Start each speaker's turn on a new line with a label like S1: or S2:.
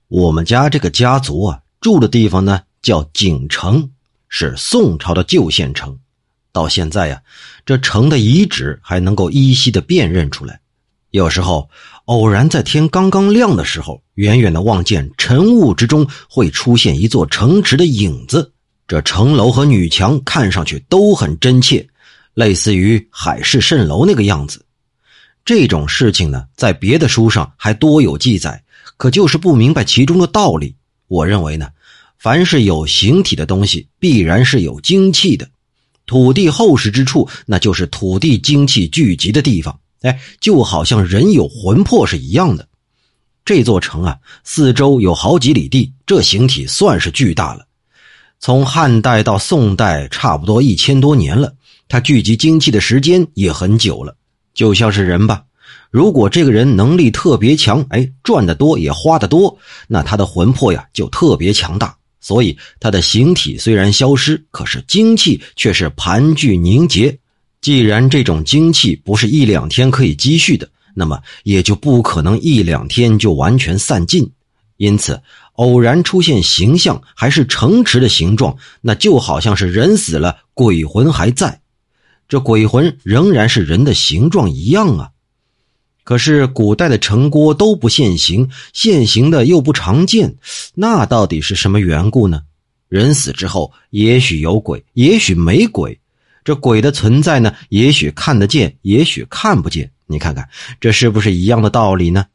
S1: 我们家这个家族啊，住的地方呢叫景城，是宋朝的旧县城。到现在啊，这城的遗址还能够依稀的辨认出来。有时候偶然在天刚刚亮的时候，远远的望见晨雾之中会出现一座城池的影子，这城楼和女墙看上去都很真切，类似于海市蜃楼那个样子。这种事情呢，在别的书上还多有记载，可就是不明白其中的道理。我认为呢，凡是有形体的东西，必然是有精气的。土地厚实之处，那就是土地精气聚集的地方。就好像人有魂魄是一样的。这座城啊，四周有好几里地，这形体算是巨大了。从汉代到宋代，差不多1000多年了，它聚集精气的时间也很久了。就像是人吧，如果这个人能力特别强，赚得多也花得多，那他的魂魄呀就特别强大。所以他的形体虽然消失，可是精气却是盘踞凝结。既然这种精气不是1-2天可以积蓄的，那么也就不可能1-2天就完全散尽。因此偶然出现形象还是城池的形状，那就好像是人死了，鬼魂还在，这鬼魂仍然是人的形状一样啊。可是古代的城郭都不现形，现形的又不常见，那到底是什么缘故呢？人死之后也许有鬼，也许没鬼，这鬼的存在呢，也许看得见，也许看不见。你看看这是不是一样的道理呢？